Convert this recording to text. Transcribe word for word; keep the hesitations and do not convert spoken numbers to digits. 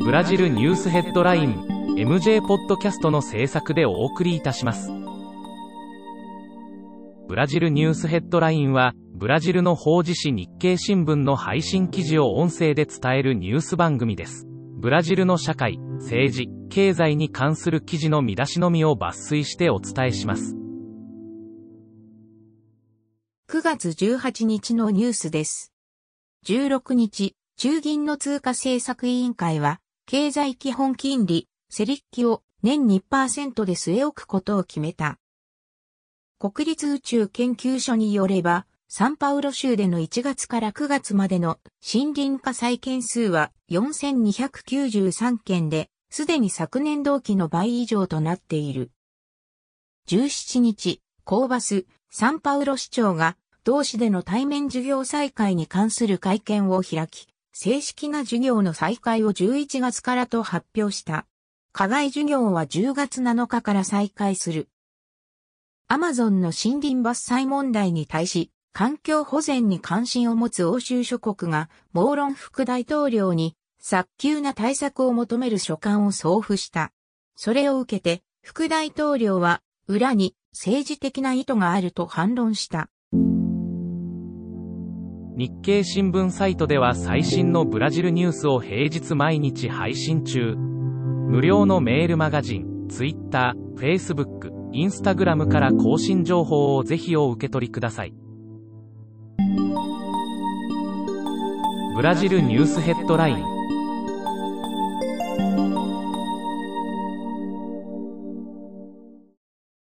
ブラジルニュースヘッドライン エムジェー ポッドキャストの制作でお送りいたします。ブラジルニュースヘッドラインは、ブラジルの法事紙日経新聞の配信記事を音声で伝えるニュース番組です。ブラジルの社会、政治、経済に関する記事の見出しのみを抜粋してお伝えします。 くがつじゅうはちにちのニュースです。じゅうろくにち、中銀の通貨政策委員会は、経済基本金利、セリッキを年 にパーセント で据え置くことを決めた。国立宇宙研究所によれば、サンパウロ州でのいちがつからくがつまでの森林火災件数はよんせんにひゃくきゅうじゅうさんけんで、すでに昨年同期の倍以上となっている。じゅうしちにち、コーバス、サンパウロ市長が、同市での対面授業再開に関する会見を開き、正式な授業の再開をじゅういちがつからと発表した。課外授業はじゅうがつなのかから再開する。アマゾンの森林伐採問題に対し、環境保全に関心を持つ欧州諸国が、モーロン副大統領に、早急な対策を求める書簡を送付した。それを受けて、副大統領は、裏に政治的な意図があると反論した。 日経新聞サイトでは最新のブラジルニュースを平日毎日配信中。無料のメールマガジン、Twitter、Facebook、Instagram から更新情報をぜひお受け取りください。ブラジルニュースヘッドライン。